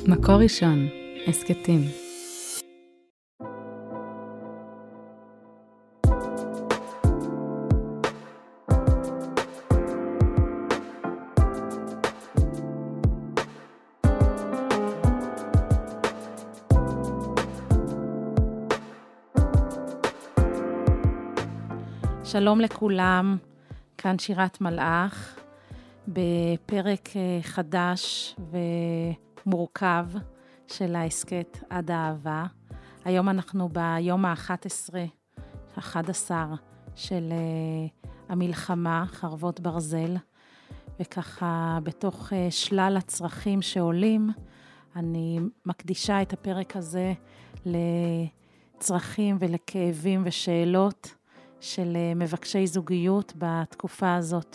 מקור ראשון, הסקטים. שלום לכולם, כאן שירת מלאך, בפרק חדש ומורכב של ההסקט עד האהבה. היום אנחנו ביום ה-11 של המלחמה, חרבות ברזל, וככה בתוך שלל הצרכים שעולים, אני מקדישה את הפרק הזה לצרכים ולכאבים ושאלות, של מבקשי זוגיות בתקופה הזאת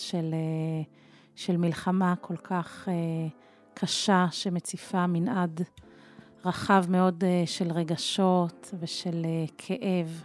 של מלחמה כל כך קשה שמציפה מנעד רחב מאוד של רגשות ושל כאב.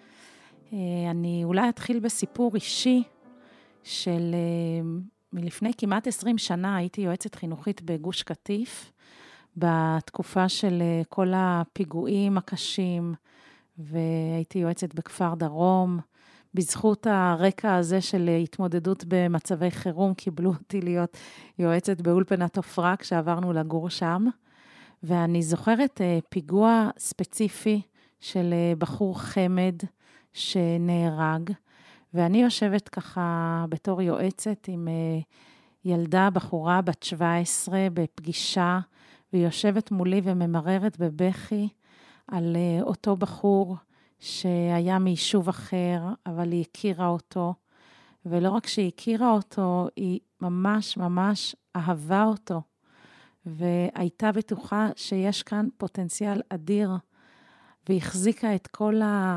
אני אולי אתחיל בסיפור אישי של מלפני כמעט 20 שנה הייתי יועצת חינוכית בגוש קטיף, בתקופה של כל הפיגועים הקשים, והייתי יועצת בכפר דרום. בזכות הרקע הזה של התמודדות במצבי חירום, קיבלו אותי להיות יועצת באולפנת עופרה, כשעברנו לגור שם. ואני זוכרת פיגוע ספציפי של בחור חמד שנהרג, ואני יושבת ככה בתור יועצת עם ילדה, בחורה בת 17 בפגישה, והיא יושבת מולי וממררת בבכי על אותו בחור, שהיה מיישוב אחר, אבל היא הכירה אותו, ולא רק שהיא הכירה אותו, היא ממש ממש אהבה אותו, והייתה בטוחה שיש כאן פוטנציאל אדיר, והחזיקה את כל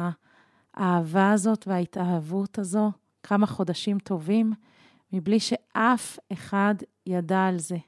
האהבה הזאת וההתאהבות הזו, כמה חודשים טובים, מבלי שאף אחד ידע על זה.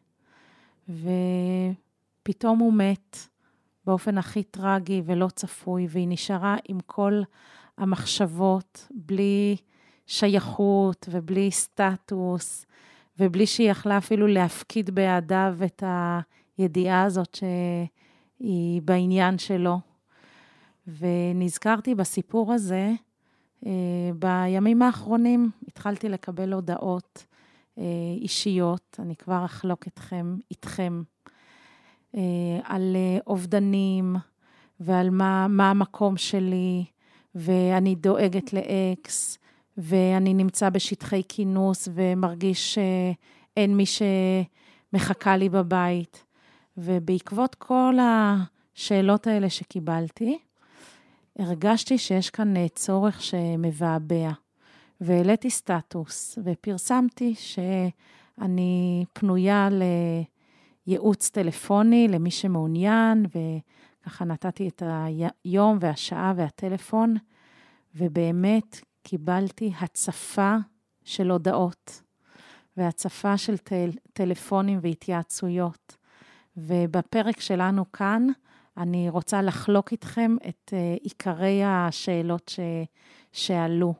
ופתאום הוא מת, באופן הכי טרגי ולא צפוי, והיא נשארה עם כל המחשבות, בלי שייכות ובלי סטטוס, ובלי שהיא יכלה אפילו להפקיד בידיו את הידיעה הזאת שהיא בעניין שלו. ונזכרתי בסיפור הזה, בימים האחרונים התחלתי לקבל הודעות אישיות, אני כבר אחלוק איתכם, על אובדנים ועל מה המקום שלי, ואני דואגת לאקס, ואני נמצא בשטחי כינוס ומרגיש שאין מי שמחכה לי בבית. ובעקבות כל השאלות האלה שקיבלתי, הרגשתי שיש כאן צורך שמבעבע, והעליתי סטטוס ופרסמתי שאני פנויה ייעוץ טלפוני למי שמעוניין, וככה נתתי את היום והשעה והטלפון, ובאמת קיבלתי הצפה של הודעות, והצפה של טלפונים והתייעצויות. ובפרק שלנו כאן, אני רוצה לחלוק איתכם את עיקרי השאלות שעלו.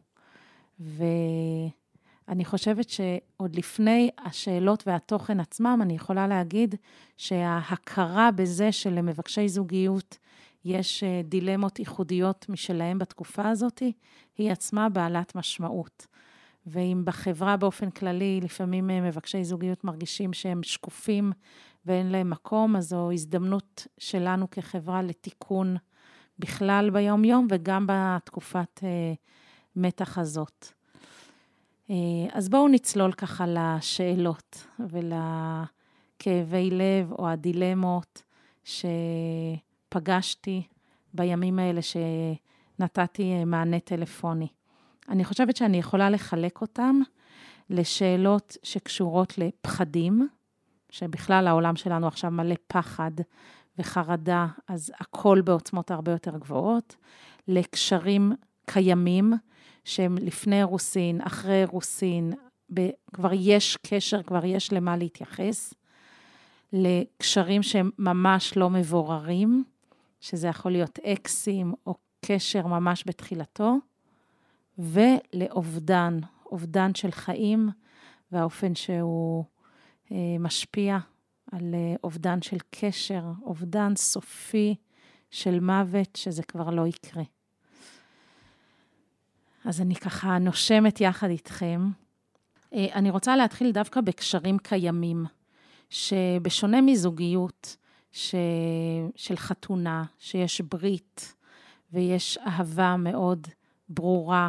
אני חושבת שעוד לפני השאלות והתוכן עצמם, אני יכולה להגיד שההכרה בזה שלמבקשי זוגיות יש דילמות ייחודיות משלהם בתקופה הזאת, היא עצמה בעלת משמעות. ואם בחברה באופן כללי, לפעמים מבקשי זוגיות מרגישים שהם שקופים ואין להם מקום, אז זו הזדמנות שלנו כחברה לתיקון בכלל ביום יום, וגם בתקופת מתח הזאת. אז בואו נצלול ככה לשאלות ולכאבי לב או הדילמות שפגשתי בימים האלה שנתתי מענה טלפוני. אני חושבת שאני יכולה לחלק אותם לשאלות שקשורות לפחדים, שבכלל העולם שלנו עכשיו מלא פחד וחרדה, אז הכל בעוצמות הרבה יותר גבוהות, לקשרים קיימים, שהם לפני אירוסין, אחרי אירוסין, כבר יש קשר, כבר יש למה להתייחס, לקשרים שהם ממש לא מבוררים, שזה יכול להיות אקסים או קשר ממש בתחילתו, ולאובדן, אובדן של חיים, והאופן שהוא משפיע על אובדן של קשר, אובדן סופי של מוות, שזה כבר לא יקרה. אז אני ככה נושמת יחד איתכם. אני רוצה להתחיל דווקא בקשרים קיימים, שבשונה מזוגיות, של חתונה, שיש ברית, ויש אהבה מאוד ברורה,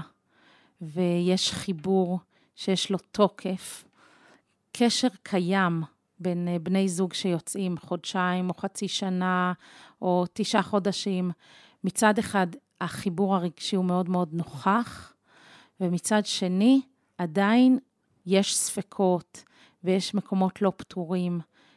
ויש חיבור שיש לו תוקף, קשר קיים בין בני זוג שיוצאים חודשיים או חצי שנה או 9 חודשים. מצד אחד החיבור הרגשי הוא מאוד מאוד נוכח, ומצד שני עדיין יש ספקות ויש מקומות לא פתורים,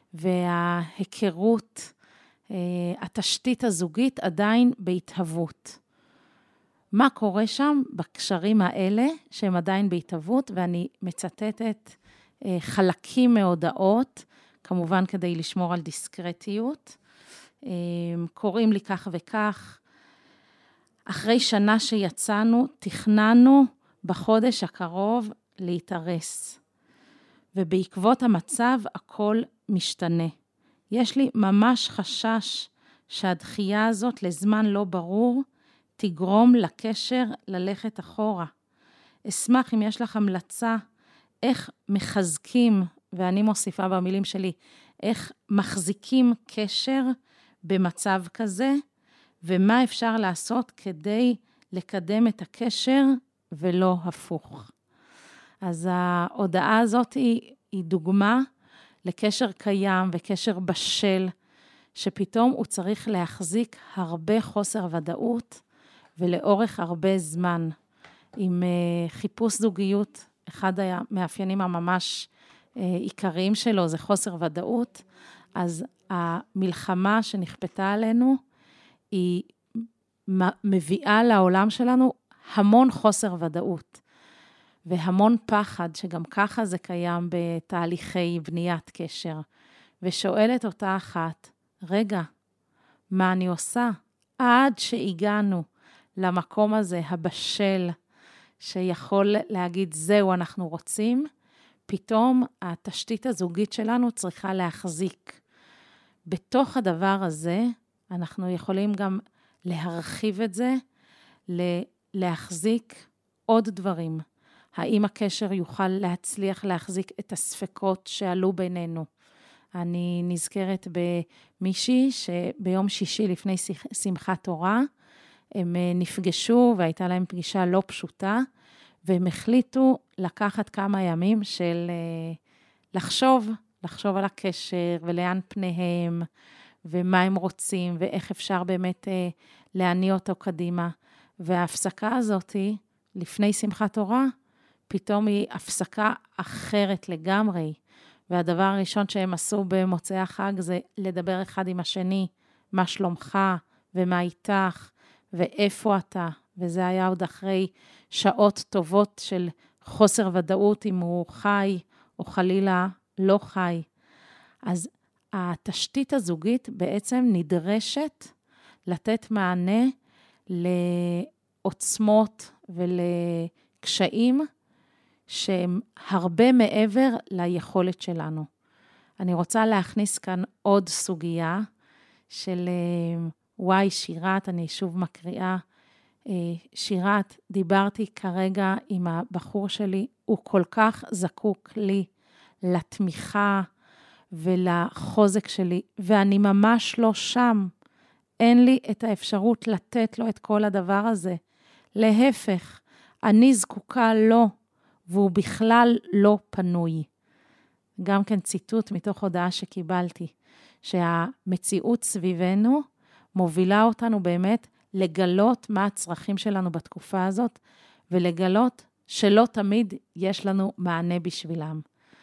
וההיכרות, התשתית הזוגית עדיין בהתהוות. מה קורה שם בקשרים האלה שהם עדיין בהתהוות, ואני מצטטת חלקים מהודעות, כמובן כדי לשמור על דיסקרטיות. קוראים לי כך וכך, אחרי שנה שיצאנו, תכננו בחודש הקרוב להתארס. ובעקבות המצב הכל משתנה. יש לי ממש חשש שהדחייה הזאת לזמן לא ברור, תגרום לקשר ללכת אחורה. אשמח אם יש לך המלצה איך מחזקים, ואני מוסיפה במילים שלי, איך מחזיקים קשר במצב כזה, ומה אפשר לעשות כדי לקדם את הקשר ולא הפוך. אז ההודעה הזאת היא דוגמה לקשר קיים וקשר בשל, שפתאום הוא צריך להחזיק הרבה חוסר ודאות, ולאורך הרבה זמן. עם חיפוש זוגיות, אחד המאפיינים הממש עיקריים שלו זה חוסר ודאות, אז המלחמה שנכפתה עלינו, היא מביאה לעולם שלנו המון חוסר ודאות, והמון פחד, שגם ככה זה קיים בתהליכי בניית קשר, ושואלת אותה אחת, רגע, מה אני עושה? עד שהגענו למקום הזה, הבשל, שיכול להגיד, זהו, אנחנו רוצים, פתאום התשתית הזוגית שלנו צריכה להחזיק. בתוך הדבר הזה, אנחנו יכולים גם להרחיב את זה, להחזיק עוד דברים. האם הקשר יוכל להצליח להחזיק את הספקות שעלו בינינו? אני נזכרת במישהי שביום שישי לפני שמחת תורה, הם נפגשו והייתה להם פגישה לא פשוטה, והם החליטו לקחת כמה ימים של לחשוב על הקשר ולאן פניהם, ומה הם רוצים, ואיך אפשר באמת להניע אותו קדימה. וההפסקה הזאת, לפני שמחת תורה, פתאום היא הפסקה אחרת לגמרי. והדבר הראשון שהם עשו במוצאי החג זה לדבר אחד עם השני, מה שלומך ומה איתך ואיפה אתה. וזה היה עוד אחרי שעות טובות של חוסר ודאות אם הוא חי או חלילה לא חי. אז התשתית הזוגית בעצם נדרשת לתת מענה לעוצמות ולקשיים שהם הרבה מעבר ליכולת שלנו. אני רוצה להכניס כאן עוד סוגיה של וואי שירת, אני שוב מקריאה, שירת, דיברתי כרגע עם הבחור שלי, הוא כל כך זקוק לי לתמיכה ולחוזק שלי, ואני ממש לא שם. אין לי את האפשרות לתת לו את כל הדבר הזה. להפך, אני זקוקה לו, והוא בכלל לא פנוי. גם כן ציטוט מתוך הודעה שקיבלתי, שהמציאות סביבנו מובילה אותנו באמת לגלות מה הצרכים שלנו בתקופה הזאת, ולגלות שלא תמיד יש לנו מענה בשבילם.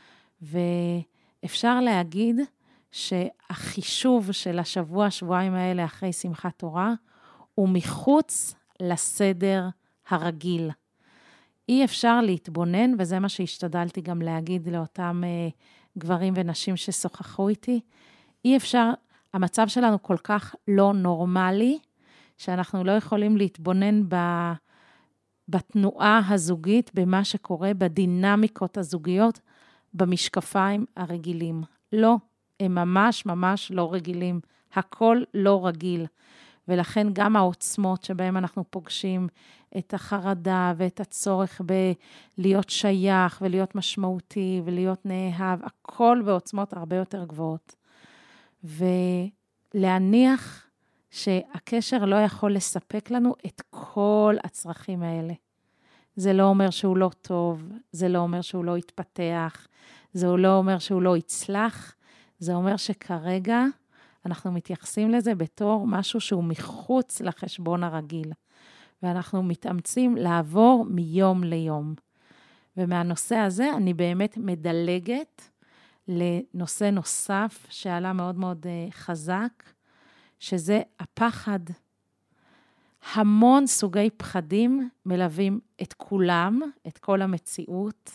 ואפשר להגיד שהחישוב של שבועיים האלה אחרי שמחת תורה, הוא מחוץ לסדר הרגיל. אי אפשר להתבונן, וזה מה שהשתדלתי גם להגיד לאותם גברים ונשים ששוחחו איתי, אי אפשר, המצב שלנו כל כך לא נורמלי, שאנחנו לא יכולים להתבונן בתנועה הזוגית, במה שקורה, בדינמיקות הזוגיות, במשקפיים הרגילים. לא, הם ממש ממש לא רגילים. הכל לא רגיל. ולכן גם העוצמות שבהם אנחנו פוגשים את החרדה ואת הצורך בלהיות שייך ולהיות משמעותי ולהיות נאהב, הכל בעוצמות הרבה יותר גבוהות. ולהניח שהקשר לא יכול לספק לנו את כל הצרכים האלה. זה לא אומר שהוא לא טוב, זה לא אומר שהוא לא יתפתח, זה לא אומר שהוא לא יצלח, זה אומר שכרגע אנחנו מתייחסים לזה בתור משהו שהוא מחוץ לחשבון הרגיל, ואנחנו מתאמצים לעבור מיום ליום. ומהנושא הזה אני באמת מדלגת לנושא נוסף שעלה מאוד מאוד חזק, שזה הפחד. המון סוגי פחדים מלווים את כולם, את כל המציאות,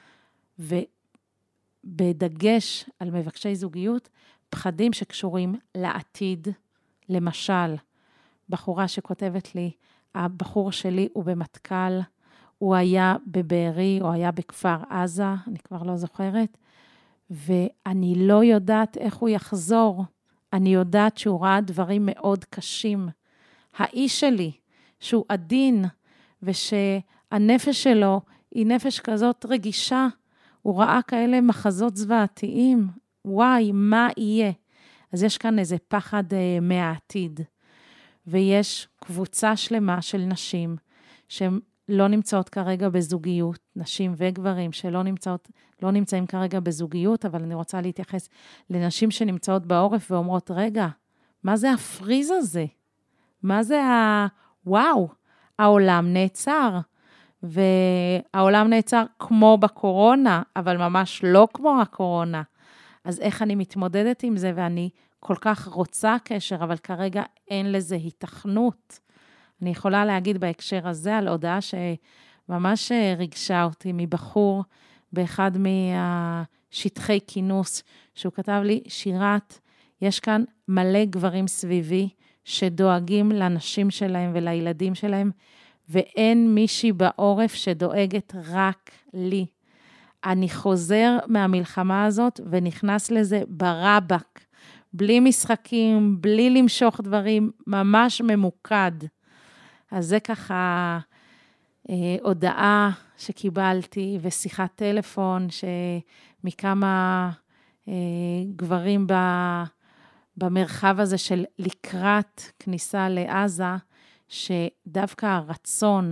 ובדגש על מבקשי זוגיות, פחדים שקשורים לעתיד. למשל, בחורה שכותבת לי, הבחור שלי הוא במטכ"ל, הוא היה בבארי או היה בכפר עזה, אני כבר לא זוכרת, ואני לא יודעת איך הוא יחזור. אני יודעת שהוא ראה דברים מאוד קשים. האיש שלי, שהוא עדין, ושהנפש שלו היא נפש כזאת רגישה, הוא ראה כאלה מחזות זוועתיים, וואי, מה יהיה? אז יש כאן איזה פחד מהעתיד, ויש קבוצה שלמה של נשים, שהן לא נמצאות כרגע בזוגיות, נשים וגברים לא נמצאים כרגע בזוגיות, אבל אני רוצה להתייחס לנשים שנמצאות בעורף ואומרות, רגע, מה זה הפריז הזה? מה זה וואו, העולם נעצר, והעולם נעצר כמו בקורונה, אבל ממש לא כמו הקורונה. אז איך אני מתמודדת עם זה, ואני כל כך רוצה קשר, אבל כרגע אין לזה היתכנות. אני יכולה להגיד בהקשר הזה על הודעה שממש ריגשה אותי מבחור באחד מהשטחי כינוס, שהוא כתב לי, שירת, יש כאן מלא גברים סביבי שדואגים לנשים שלהם ולילדים שלהם, ואין מישהי בעורף שדואגת רק לי. אני חוזר מהמלחמה הזאת ונכנס לזה ברבק, בלי משחקים, בלי למשוך דברים, ממש ממוקד. אז זה ככה הודעה שקיבלתי ושיחת טלפון שמכמה גברים במרחב הזה של לקראת כניסה לעזה, שדווקא הרצון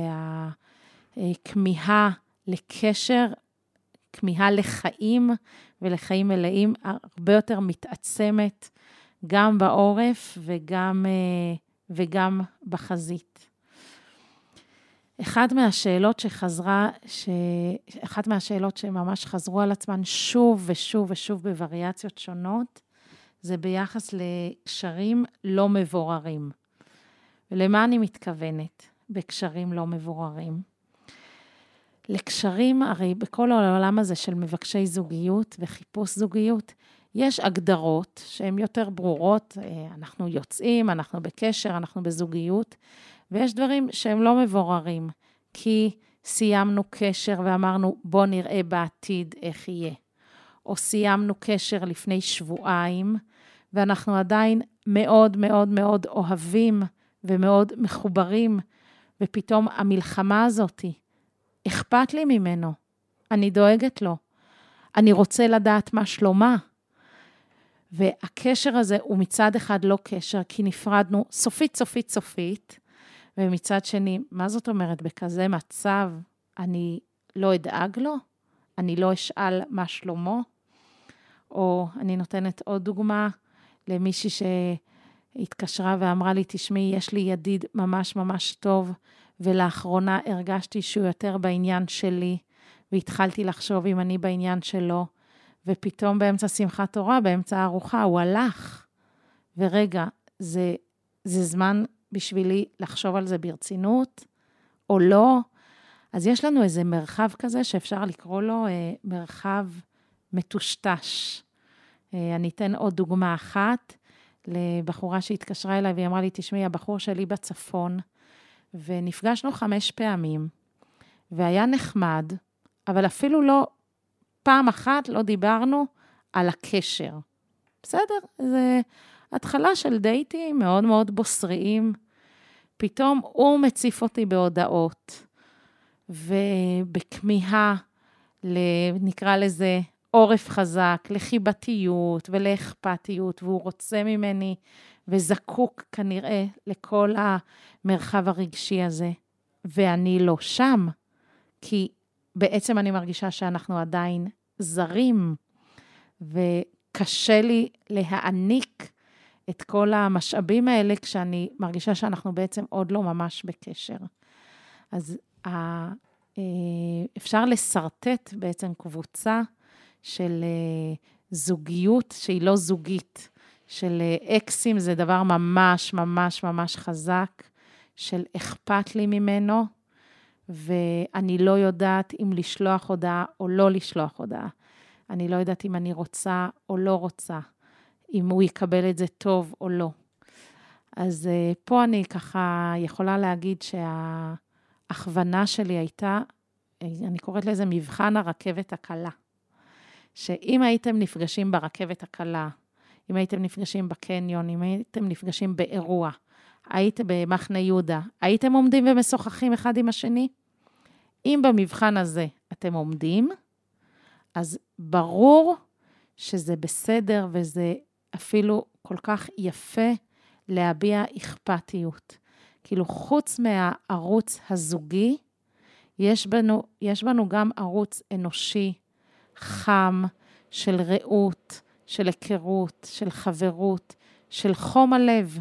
והכמיהה לקשר, כמיהה לחיים ולחיים מלאים, הרבה יותר מתעצמת גם בעורף וגם בחזית. אחת מהשאלות שממש חזרו על עצמן שוב ושוב ושוב בווריאציות שונות, זה ביחס לקשרים לא מבוררים. ולמה אני מתכוונת בקשרים לא מבוררים? לקשרים, הרי בכל העולם הזה של מבקשי זוגיות וחיפוש זוגיות, יש הגדרות שהן יותר ברורות, אנחנו יוצאים, אנחנו בקשר, אנחנו בזוגיות, ויש דברים שהם לא מבוררים, כי סיימנו קשר ואמרנו בוא נראה בעתיד איך יהיה. או סיימנו קשר לפני שבועיים, ואנחנו עדיין מאוד מאוד מאוד אוהבים ומאוד מחוברים, ופתאום המלחמה הזאת, אכפת לי ממנו, אני דואגת לו, אני רוצה לדעת מה שלומה, והקשר הזה הוא מצד אחד לא קשר, כי נפרדנו סופית, ומצד שני, מה זאת אומרת? בכזה מצב, אני לא אדאג לו? אני לא אשאל מה שלומו? או אני נותנת עוד דוגמה למישהי שהתקשרה ואמרה לי, תשמעי, יש לי ידיד ממש ממש טוב, ולאחרונה הרגשתי שהוא יותר בעניין שלי, והתחלתי לחשוב אם אני בעניין שלו, ופתאום באמצע שמחת תורה, באמצע הארוחה, הוא הלך. ורגע, זה זמן בשבילי לחשוב על זה ברצינות, או לא? אז יש לנו איזה מרחב כזה שאפשר לקרוא לו מרחב מטושטש. אני אתן עוד דוגמה אחת לבחורה שהתקשרה אליי והיא אמרה לי, תשמעי, הבחור שלי בצפון, ונפגשנו 5 פעמים, והיה נחמד, אבל אפילו לא, פעם אחת לא דיברנו על הקשר. בסדר, זה התחלה של דייטים מאוד מאוד בוסריים, פתאום הוא מציף אותי בהודעות, ובכמיהה, נקרא לזה עורף חזק, לחיבתיות ולאכפתיות, והוא רוצה ממני וזקוק כנראה לכל המרחב הרגשי הזה, ואני לא שם, כי בעצם אני מרגישה שאנחנו עדיין זרים, וקשה לי להעניק את כל המשאבים האלה, כשאני מרגישה שאנחנו בעצם עוד לא ממש בקשר. אז אפשר לסרטט בעצם קבוצה של זוגיות שהיא לא זוגית, של אקסים, זה דבר ממש ממש ממש חזק, של אכפת לי ממנו, ואני לא יודעת אם לשלוח הודעה או לא לשלוח הודעה. אני לא יודעת אם אני רוצה או לא רוצה, אם הוא יקבל את זה טוב או לא. אז פה אני ככה יכולה להגיד שההכוונה שלי הייתה, אני קוראת לזה מבחן הרכבת הקלה. שאם הייתם נפגשים ברכבת הקלה, אם הייתם נפגשים בקניון, אם הייתם נפגשים באירוע, הייתם במחנה יהודה, הייתם עומדים ומשוחחים אחד עם השני? אם במבחן הזה אתם עומדים, אז ברור שזה בסדר, וזה אפילו כל כך יפה להביע אכפתיות. כאילו חוץ מהערוץ הזוגי, יש בנו גם ערוץ אנושי, חם, של רעות, של היכרות, של חברות, של חום הלב,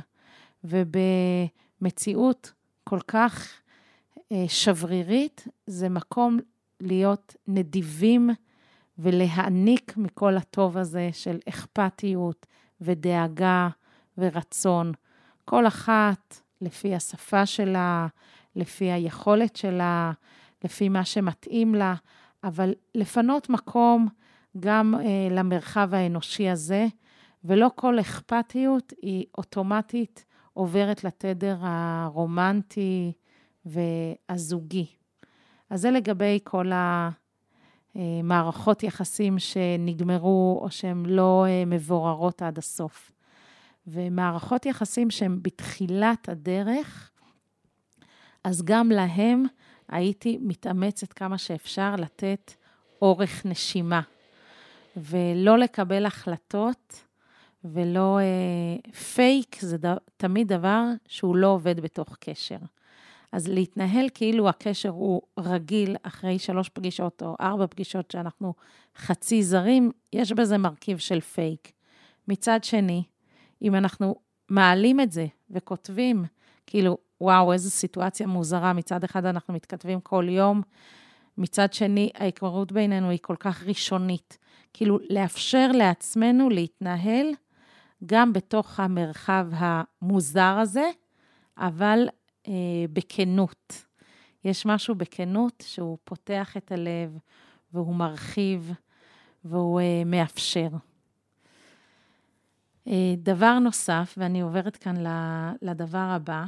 ובמציאות כל כך שברירית, זה מקום להיות נדיבים, ולהעניק מכל הטוב הזה של אכפתיות ודאגה ורצון. כל אחת לפי השפה שלה, לפי היכולת שלה, לפי מה שמתאים לה, אבל לפנות מקום גם למרחב האנושי הזה, ולא כל אכפתיות היא אוטומטית עוברת לתדר הרומנטי והזוגי. אז זה לגבי כל מערכות יחסים שנגמרו או שהן לא מבוררות עד הסוף. ומערכות יחסים שהן בתחילת הדרך, אז גם להם הייתי מתאמצת כמה שאפשר לתת אורך נשימה, ולא לקבל החלטות, ולא פייק, זה תמיד דבר שהוא לא עובד בתוך קשר. אז להתנהל כאילו הקשר הוא רגיל אחרי 3 פגישות או 4 פגישות שאנחנו חצי זרים, יש בזה מרכיב של פייק. מצד שני, אם אנחנו מעלים את זה וכותבים, כאילו, וואו, איזו סיטואציה מוזרה, מצד אחד אנחנו מתכתבים כל יום, מצד שני, ההיכרות בינינו היא כל כך ראשונית. כאילו, לאפשר לעצמנו להתנהל גם בתוך המרחב המוזר הזה, אבל בכנות. יש משהו בכנות שהוא פותח את הלב, והוא מרחיב, והוא מאפשר. דבר נוסף, ואני עוברת כאן לדבר הבא,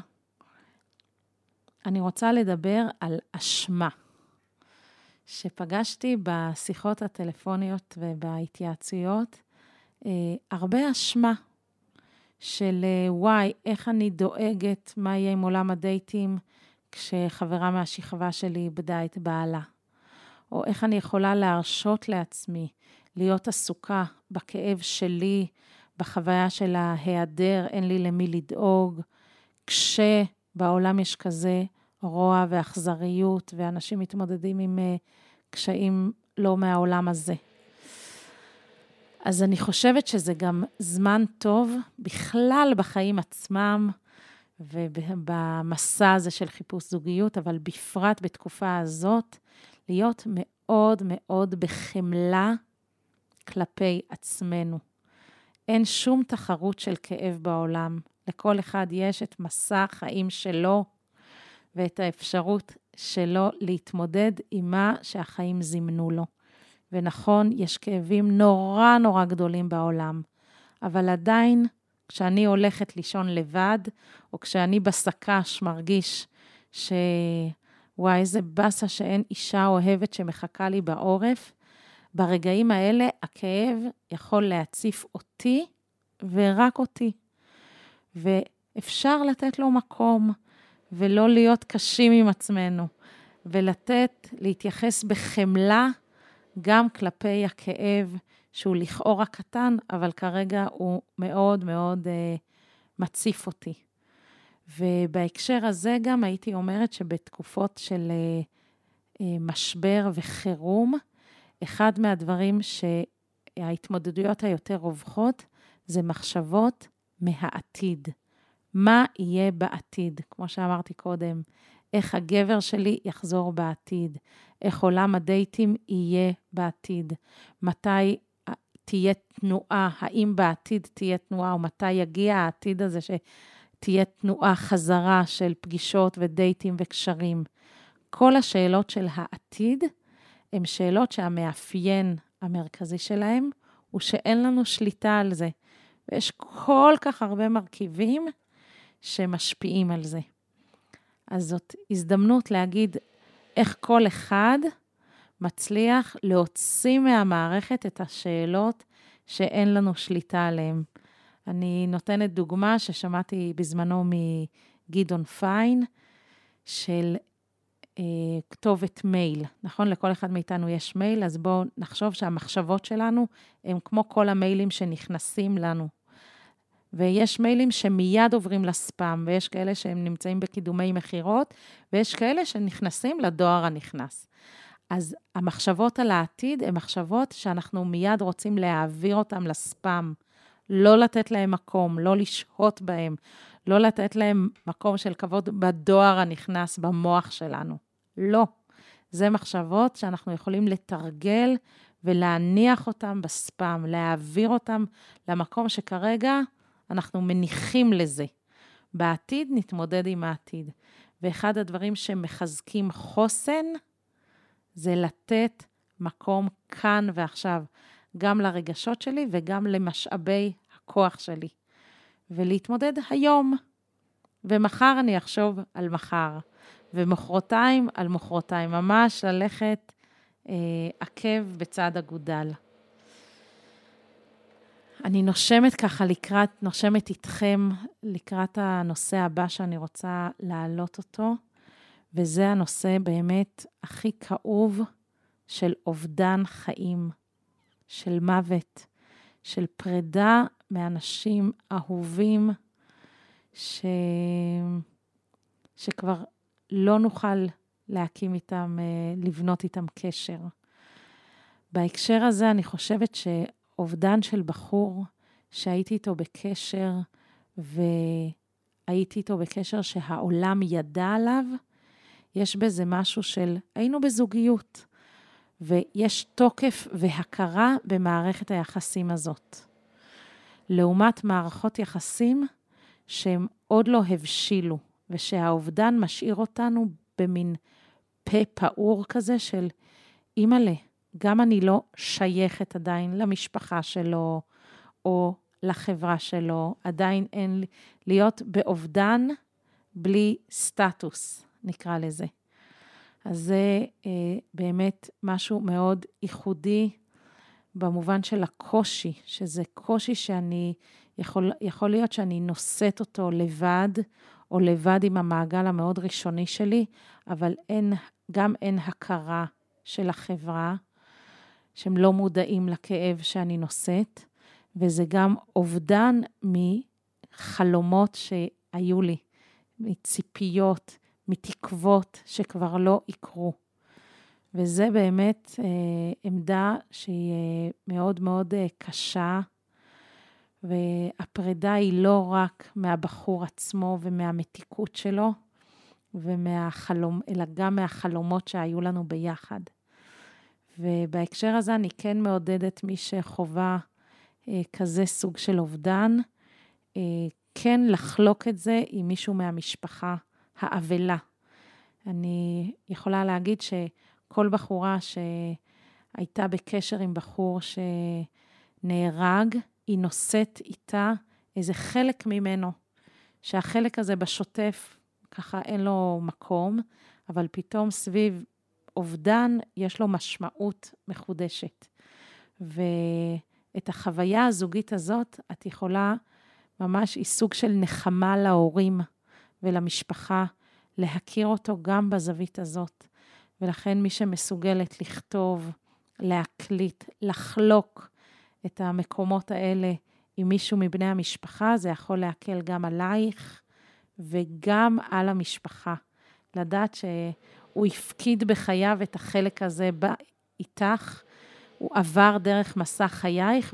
אני רוצה לדבר על אשמה, שפגשתי בשיחות הטלפוניות ובהתייעצויות, הרבה אשמה של וואי, איך אני דואגת, מה יהיה עם עולם הדייטים, כשחברה מהשכבה שלי איבדה את בעלה, או איך אני יכולה להרשות לעצמי, להיות עסוקה בכאב שלי, בחוויה של ההיעדר, אין לי למי לדאוג, כשבעולם יש כזה רוע ואכזריות, ואנשים מתמודדים עם קשיים לא מהעולם הזה. אז אני חושבת שזה גם זמן טוב בכלל בחיים עצמם, ובמסע הזה של חיפוש זוגיות, אבל בפרט בתקופה הזאת, להיות מאוד מאוד בחמלה כלפי עצמנו. אין שום תחרות של כאב בעולם. לכל אחד יש את מסע החיים שלו, ואת האפשרות שלו להתמודד עם מה שהחיים זימנו לו. ונכון, יש כאבים נורא נורא גדולים בעולם, אבל עדיין, כשאני הולכת לישון לבד, או כשאני בסקש מרגיש וואי, איזה בסה שאין אישה אוהבת שמחכה לי בעורף, ברגעים האלה הכאב יכול להציף אותי ורק אותי. ואפשר לתת לו מקום, ולא להיות קשים עם עצמנו, להתייחס בחמלה, גם כלפי הכאב, שהוא לכאורה קטן, אבל כרגע הוא מאוד מאוד מציף אותי. ובהקשר הזה גם הייתי אומרת שבתקופות של משבר וחירום, אחד מהדברים שההתמודדויות היותר רווחות, זה מחשבות מהעתיד. מה יהיה בעתיד? כמו שאמרתי קודם, איך הגבר שלי יחזור בעתיד, איך עולם הדייטים יהיה בעתיד, מתי תהיה תנועה, האם בעתיד תהיה תנועה, או מתי יגיע העתיד הזה שתהיה תנועה חזרה של פגישות ודייטים וקשרים. כל השאלות של העתיד הן שאלות שהמאפיין המרכזי שלהם הוא שאין לנו שליטה על זה. ויש כל כך הרבה מרכיבים שמשפיעים על זה. אז זאת הזדמנות להגיד איך כל אחד מצליח להוציא מהמערכת את השאלות שאין לנו שליטה עליהן. אני נותנת דוגמה ששמעתי בזמנו מגדעון פיין, של כתובת מייל. נכון? לכל אחד מאיתנו יש מייל, אז בואו נחשוב שהמחשבות שלנו הם כמו כל המיילים שנכנסים לנו. ויש מיילים שמיד עוברים לספאם, ויש כאלה שהם נמצאים בקידומי מחירות, ויש כאלה שנכנסים לדואר הנכנס. אז המחשבות על העתיד הן מחשבות שאנחנו מיד רוצים להעביר אותן לספאם, לא לתת להם מקום, לא לשהות בהם, לא לתת להם מקום של כבוד בדואר הנכנס במוח שלנו. לא. זה מחשבות שאנחנו יכולים לתרגל ולהניח אותם בספאם, להעביר אותם למקום שכרגע אנחנו מניחים לזה. בעתיד נתמודד עם העתיד. ואחד הדברים שמחזקים חוסן, זה לתת מקום כאן ועכשיו, גם לרגשות שלי וגם למשאבי הכוח שלי. ולהתמודד היום. ומחר אני אחשוב על מחר. ומחרתיים על מחרתיים. ממש ללכת עקב בצד אגודל. אני נושמת ככה נושמת איתכם לקראת הנושא הבא שאני רוצה להעלות אותו, וזה הנושא באמת הכי כאוב של אובדן חיים, של מוות, של פרידה מאנשים אהובים, שכבר לא נוכל להקים איתם, לבנות איתם קשר. בהקשר הזה אני חושבת אובדן של בחור שהייתי איתו בקשר, והייתי איתו בקשר שהעולם ידע עליו, יש בזה משהו של, היינו בזוגיות, ויש תוקף והכרה במערכת היחסים הזאת. לעומת מערכות יחסים שהם עוד לא הבשילו, ושהאובדן משאיר אותנו במין פה פעור כזה של אימא'לה, גם אני לא שייכת עדיין למשפחה שלו, או לחברה שלו, עדיין אין להיות באובדן בלי סטטוס, נקרא לזה. אז זה באמת משהו מאוד ייחודי, במובן של הקושי, שזה קושי שאני, יכול להיות שאני נושאת אותו לבד, או לבד עם המעגל המאוד ראשוני שלי, אבל גם אין הכרה של החברה, שהם לא מודעים לכאב שאני נושאת, וזה גם אובדן מחלומות שהיו לי, מציפיות, מתקוות שכבר לא יקרו. וזה באמת עמדה שהיא מאוד מאוד קשה, והפרידה היא לא רק מהבחור עצמו ומהמתיקות שלו, אלא גם מהחלומות שהיו לנו ביחד. ובהקשר הזה אני כן מעודדת מי שחובה כזה סוג של אובדן, כן לחלוק את זה עם מישהו מהמשפחה האבלה. אני יכולה להגיד שכל בחורה שהייתה בקשר עם בחור שנהרג, היא נושאת איתה איזה חלק ממנו, שהחלק הזה בשוטף ככה אין לו מקום, אבל פתאום סביב אובדן יש לו משמעות מחודשת. את החוויה הזוגית הזאת, את יכולה ממש, היא סוג של נחמה להורים ולמשפחה, להכיר אותו גם בזווית הזאת. ולכן מי שמסוגלת לכתוב, להקליט, לחלוק את המקומות האלה עם מישהו מבני המשפחה, זה יכול להקל גם עלייך וגם על המשפחה. לדעת שהוא הפקיד בחייו את החלק הזה איתך, הוא עבר דרך מסע חייך,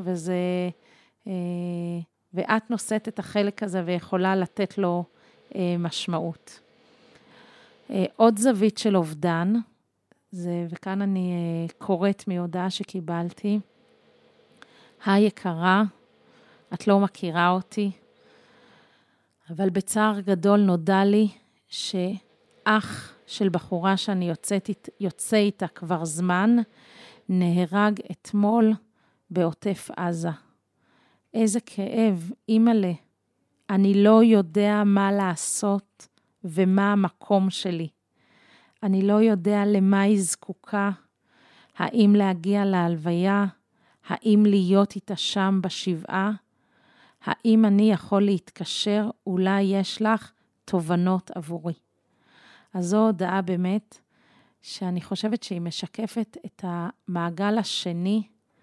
ואת נושאת את החלק הזה ויכולה לתת לו משמעות. עוד זווית של אובדן, וכאן אני קוראת מהודעה שקיבלתי, היקרה, את לא מכירה אותי, אבל בצער גדול נודע לי שאח של בחורה שאני יוצא איתה כבר זמן, נהרג אתמול בעוטף עזה. איזה כאב, אימא'לה. אני לא יודע מה לעשות ומה המקום שלי. אני לא יודע למה היא זקוקה, האם להגיע להלוויה, האם להיות איתה שם בשבעה, האם אני יכול להתקשר, אולי יש לך תובנות עבורי. אז זו הודעה באמת, שאני חושבת שהיא משקפת את המעגל השני,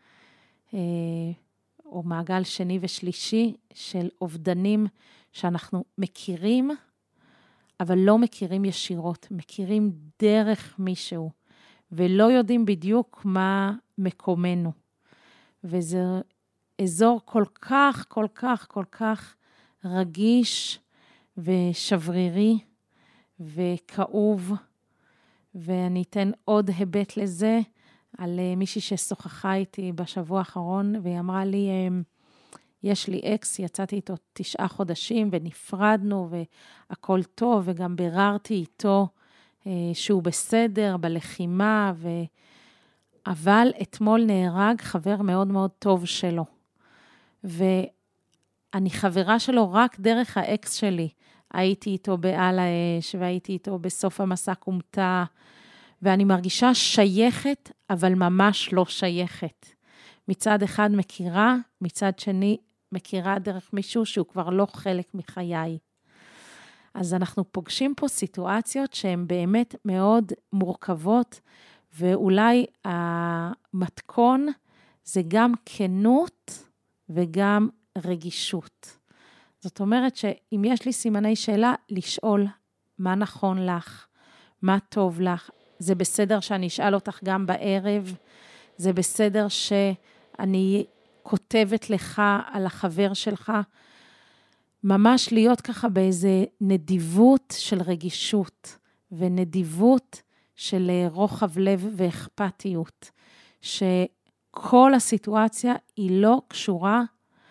או מעגל שני ושלישי, של אובדנים שאנחנו מכירים, אבל לא מכירים ישירות, מכירים דרך מישהו, ולא יודעים בדיוק מה מקומנו. וזה אזור כל כך, כל כך, כל כך רגיש ושברירי וכאוב, ואני אתן עוד היבט לזה, על מישהי ששוחחה איתי בשבוע האחרון, והיא אמרה לי, יש לי אקס, יצאתי איתו 9 חודשים, ונפרדנו, והכל טוב, וגם ביררתי איתו, שהוא בסדר, בלחימה, אבל אתמול נהרג חבר מאוד מאוד טוב שלו. ואני חברה שלו רק דרך האקס שלי. הייתי איתו בעל האש, והייתי איתו בסוף המסע קומתה, ואני מרגישה שייכת, אבל ממש לא שייכת. מצד אחד מכירה, מצד שני מכירה דרך מישהו שהוא כבר לא חלק מחיי. אז אנחנו פוגשים פה סיטואציות שהן באמת מאוד מורכבות, ואולי המתכון זה גם כנות וגם רגישות. זאת אומרת שאם יש לי סימני שאלה, לשאול מה נכון לך, מה טוב לך. זה בסדר שאני אשאל אותך גם בערב, זה בסדר שאני כותבת לך על החבר שלך, ממש להיות ככה באיזה נדיבות של רגישות, ונדיבות של רוחב לב ואכפתיות, שכל הסיטואציה היא לא קשורה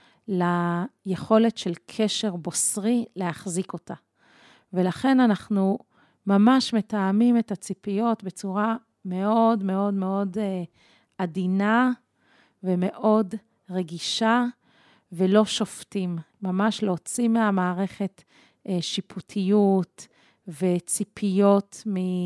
ליכולת של קשר בוסרי להחזיק אותה. ולכן אנחנו ממש מתאמים את הציפיות בצורה מאוד מאוד מאוד עדינה ומאוד רגישה, ולא שופטים. ממש להוציא מהמערכת שיפוטיות וציפיות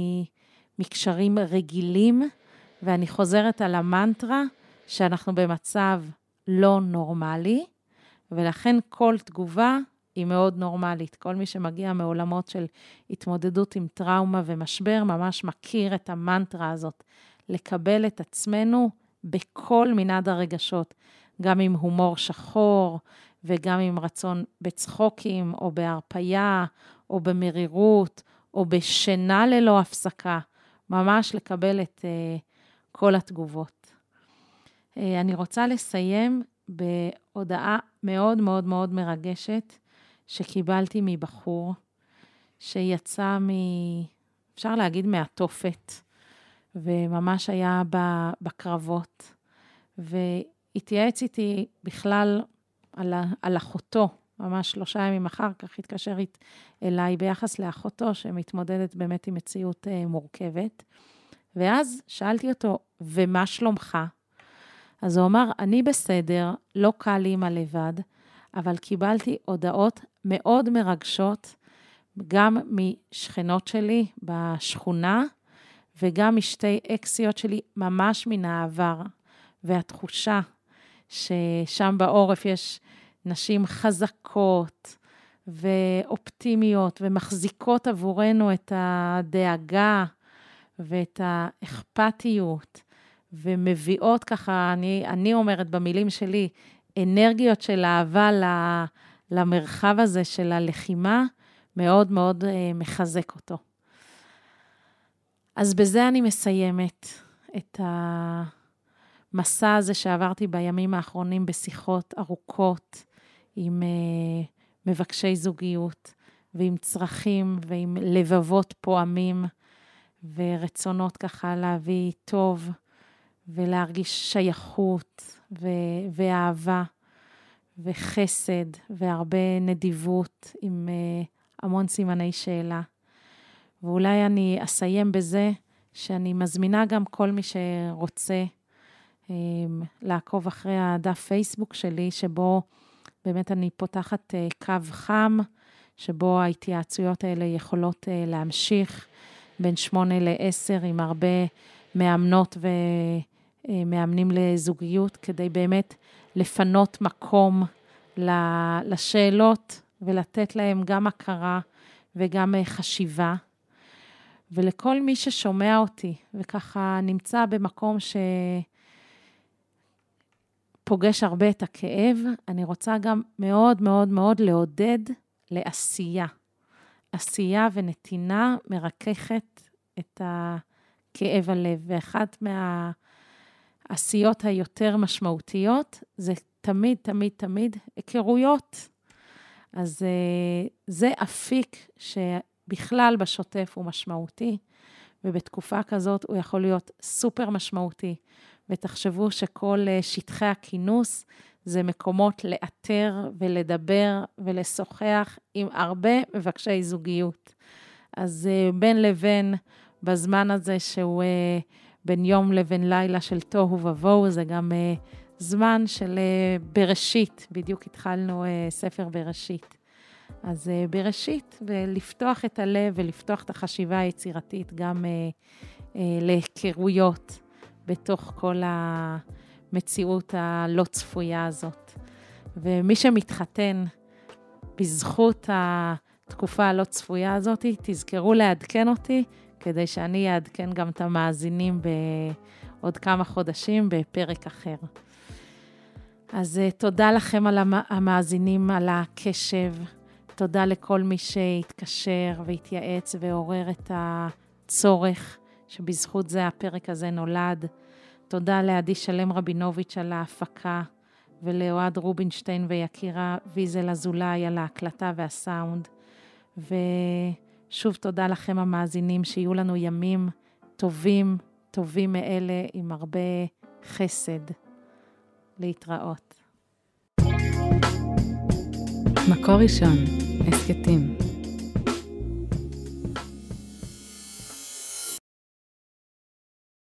מקשרים רגילים, ואני חוזרת על המנטרה שאנחנו במצב לא נורמלי, ולכן כל תגובה היא מאוד נורמלית. כל מי שמגיע מעולמות של התמודדות עם טראומה ומשבר, ממש מכיר את המנטרה הזאת, לקבל את עצמנו בכל מנעד הרגשות, גם עם הומור שחור, וגם עם רצון בצחוקים, או בהרפיה, או במרירות, או בשינה ללא הפסקה, ממש לקבל את כל התגובות. אני רוצה לסיים בהודעה מאוד מאוד מאוד מרגשת, שקיבלתי מבחור, שיצא אפשר להגיד מהתופת, וממש היה בקרבות, והתייעץ איתי בכלל על אחותו, ממש 3 ימים אחר כך התקשר אליי ביחס לאחותו, שמתמודדת באמת עם מציאות מורכבת, ואז שאלתי אותו, ומה שלומך? אז הוא אמר, אני בסדר, לא קל לי עם הלבד, אבל קיבלתי הודעות מאוד מרגשות, גם משכנות שלי בשכונה, וגם משתי אקסיות שלי ממש מן העבר, והתחושה ששם בעורף יש נשים חזקות ואופטימיות ומחזיקות עבורנו את הדאגה ואת האכפתיות, ומביאות ככה, אני אומרת במילים שלי, אנרגיות של אהבה למרחב הזה של הלחימה, מאוד מאוד מחזק אותו. אז בזה אני מסיימת את המסע הזה שעברתי בימים האחרונים בשיחות ארוכות עם מבקשי זוגיות, ועם צרכים ועם לבבות פועמים, ורצונות ככה להביא טוב, ולהרגיש שייכות ואהבה, וחסד, והרבה נדיבות עם המון סימני שאלה. ואולי אני אסיים בזה שאני מזמינה גם כל מי שרוצה לעקוב אחרי הדף פייסבוק שלי, שבו באמת אני פותחת קו חם, שבו ההתייעצויות האלה יכולות להמשיך בין 8 ל-10 עם הרבה מאמנות ומאמנים לזוגיות, כדי באמת לפנות מקום לשאלות ולתת להם גם הכרה וגם חשיבה. ולכל מי ששומע אותי וככה נמצא במקום שפוגש הרבה את הכאב, אני רוצה גם מאוד מאוד מאוד לעודד לעשייה. עשייה ונתינה מרככת את הכאב הלב, ואחת מהעשיות היותר משמעותיות זה תמיד, תמיד, תמיד היכרויות. אז זה אפיק שבכלל בשוטף הוא משמעותי, ובתקופה כזאת הוא יכול להיות סופר משמעותי. ותחשבו שכל שטחי הכינוס זה מקומות לאתר ולדבר ולשוחח עם הרבה מבקשי זוגיות. אז בין לבין, בזמן הזה שהוא בין יום לבין לילה של תוהו ובוהו, זה גם זמן של בראשית, בדיוק התחלנו ספר בראשית. אז בראשית, ולפתוח את הלב ולפתוח את החשיבה היצירתית גם להיכרויות בתוך כל המציאות הלא צפויה הזאת. ומי שמתחתן בזכות התקופה הלא צפויה הזאת, תזכרו לעדכן אותי, כדי שאני אעדכן גם את המאזינים בעוד כמה חודשים בפרק אחר. אז תודה לכם על המאזינים, על הקשב. תודה לכל מי שהתקשר והתייעץ ועורר את הצורך, שבזכות זה הפרק הזה נולד. תודה לעדי שלם רבינוביץ' על ההפקה, ולאוהד רובינשטיין ויקירה ויזל אזולאי על ההקלטה והסאונד. ושוב תודה לכם המאזינים, שיהיו לנו ימים טובים, טובים מאלה, עם הרבה חסד. להתראות. מקור ראשון, הסקטים.